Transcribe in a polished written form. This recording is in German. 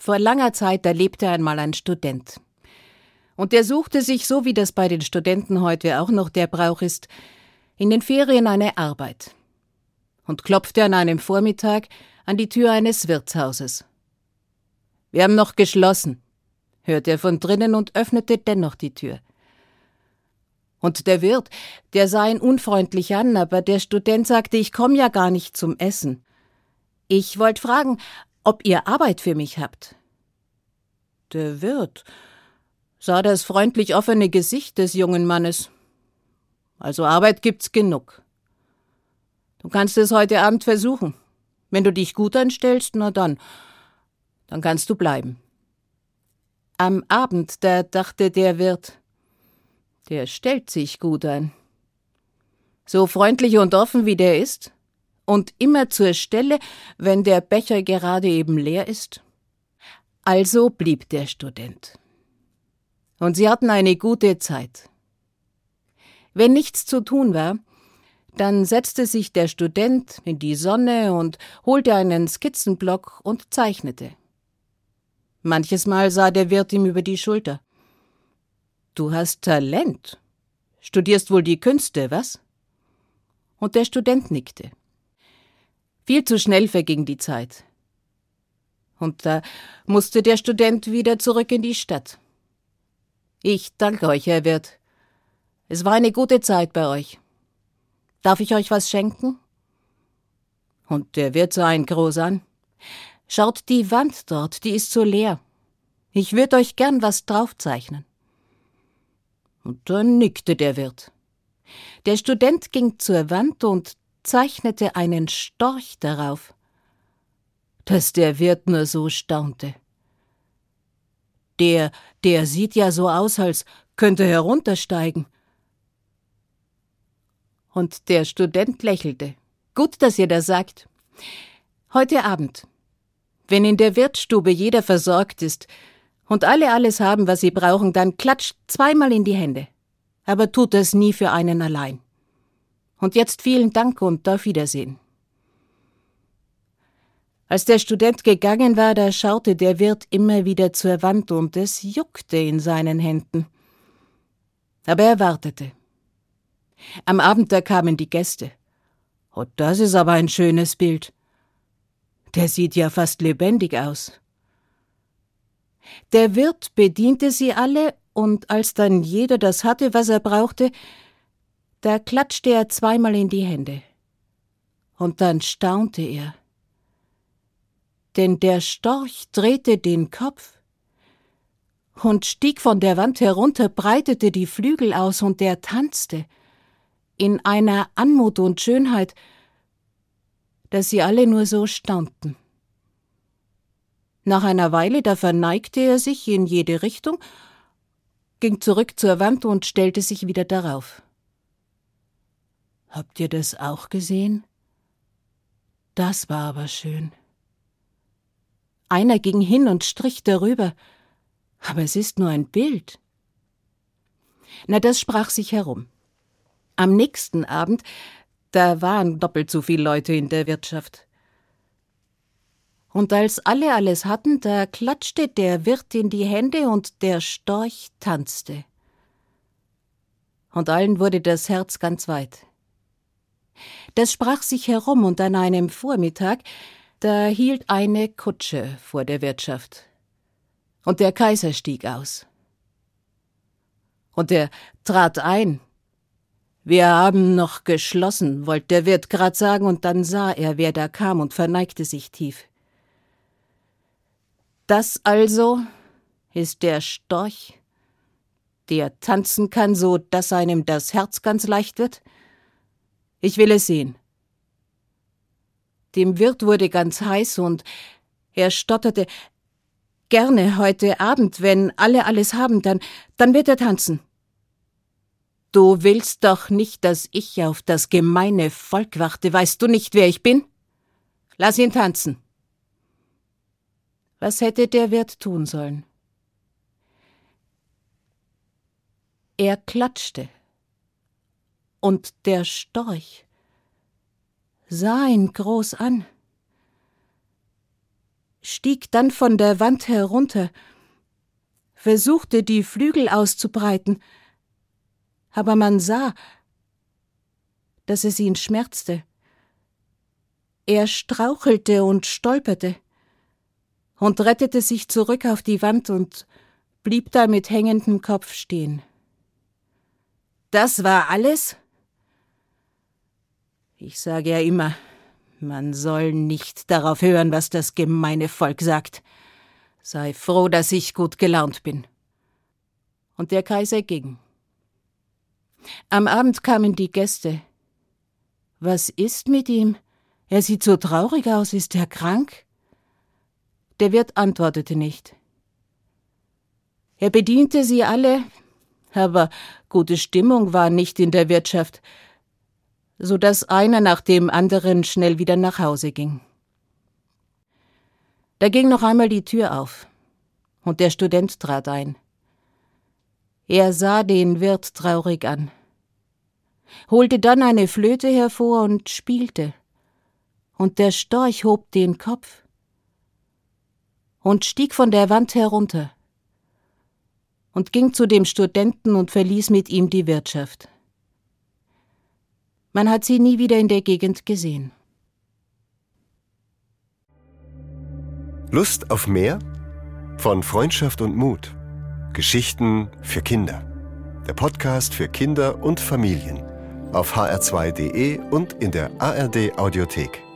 Vor langer Zeit, da lebte einmal ein Student. Und der suchte sich, so wie das bei den Studenten heute auch noch der Brauch ist, in den Ferien eine Arbeit. Und klopfte an einem Vormittag an die Tür eines Wirtshauses. »Wir haben noch geschlossen«, hörte er von drinnen und öffnete dennoch die Tür. Und der Wirt, der sah ihn unfreundlich an, aber der Student sagte, ich komme ja gar nicht zum Essen. Ich wollte fragen, ob ihr Arbeit für mich habt. Der Wirt sah das freundlich offene Gesicht des jungen Mannes. Also Arbeit gibt's genug. Du kannst es heute Abend versuchen. Wenn du dich gut anstellst, na dann kannst du bleiben. Am Abend, da dachte der Wirt, der stellt sich gut an. So freundlich und offen wie der ist und immer zur Stelle, wenn der Becher gerade eben leer ist. Also blieb der Student. Und sie hatten eine gute Zeit. Wenn nichts zu tun war, dann setzte sich der Student in die Sonne und holte einen Skizzenblock und zeichnete. Manches Mal sah der Wirt ihm über die Schulter. »Du hast Talent. Studierst wohl die Künste, was?« Und der Student nickte. Viel zu schnell verging die Zeit. Und da musste der Student wieder zurück in die Stadt. »Ich danke euch, Herr Wirt. Es war eine gute Zeit bei euch. Darf ich euch was schenken?« Und der Wirt sah ihn groß an. »Schaut die Wand dort, die ist so leer. Ich würde euch gern was draufzeichnen.« Und dann nickte der Wirt. Der Student ging zur Wand und zeichnete einen Storch darauf, dass der Wirt nur so staunte. Der sieht ja so aus, als könnte heruntersteigen. Und der Student lächelte. »Gut, dass ihr das sagt. Heute Abend, wenn in der Wirtsstube jeder versorgt ist und alle alles haben, was sie brauchen, dann klatscht zweimal in die Hände. Aber tut das nie für einen allein. Und jetzt vielen Dank und auf Wiedersehen.« Als der Student gegangen war, da schaute der Wirt immer wieder zur Wand und es juckte in seinen Händen. Aber er wartete. Am Abend, da kamen die Gäste. »Oh, das ist aber ein schönes Bild. Der sieht ja fast lebendig aus.« Der Wirt bediente sie alle, und als dann jeder das hatte, was er brauchte, da klatschte er zweimal in die Hände. Und dann staunte er. Denn der Storch drehte den Kopf und stieg von der Wand herunter, breitete die Flügel aus und er tanzte in einer Anmut und Schönheit, dass sie alle nur so staunten. Nach einer Weile, da verneigte er sich in jede Richtung, ging zurück zur Wand und stellte sich wieder darauf. »Habt ihr das auch gesehen? Das war aber schön.« Einer ging hin und strich darüber, aber es ist nur ein Bild. Na, das sprach sich herum. Am nächsten Abend, da waren doppelt so viele Leute in der Wirtschaft. Und als alle alles hatten, da klatschte der Wirt in die Hände und der Storch tanzte. Und allen wurde das Herz ganz weit. Das sprach sich herum und an einem Vormittag, da hielt eine Kutsche vor der Wirtschaft. Und der Kaiser stieg aus. Und er trat ein. »Wir haben noch geschlossen«, wollte der Wirt grad sagen, und dann sah er, wer da kam und verneigte sich tief. »Das also ist der Storch, der tanzen kann, so dass einem das Herz ganz leicht wird? Ich will es sehen.« Dem Wirt wurde ganz heiß und er stotterte, »Gerne heute Abend, wenn alle alles haben, dann wird er tanzen.« »Du willst doch nicht, dass ich auf das gemeine Volk warte. Weißt du nicht, wer ich bin? Lass ihn tanzen.« Was hätte der Wirt tun sollen? Er klatschte, und der Storch sah ihn groß an. stieg dann von der Wand herunter, versuchte die Flügel auszubreiten, aber man sah, dass es ihn schmerzte. Er strauchelte und stolperte und rettete sich zurück auf die Wand und blieb da mit hängendem Kopf stehen. Das war alles? Ich sage ja immer, man soll nicht darauf hören, was das gemeine Volk sagt. Sei froh, dass ich gut gelaunt bin. Und der Kaiser ging. Am Abend kamen die Gäste. Was ist mit ihm? Er sieht so traurig aus. Ist er krank? Der Wirt antwortete nicht. Er bediente sie alle, aber gute Stimmung war nicht in der Wirtschaft, so dass einer nach dem anderen schnell wieder nach Hause ging. Da ging noch einmal die Tür auf, und der Student trat ein. Er sah den Wirt traurig an, holte dann eine Flöte hervor und spielte, und der Storch hob den Kopf und stieg von der Wand herunter und ging zu dem Studenten und verließ mit ihm die Wirtschaft. Man hat sie nie wieder in der Gegend gesehen. Lust auf mehr? Von Freundschaft und Mut. Geschichten für Kinder. Der Podcast für Kinder und Familien. Auf hr2.de und in der ARD Audiothek.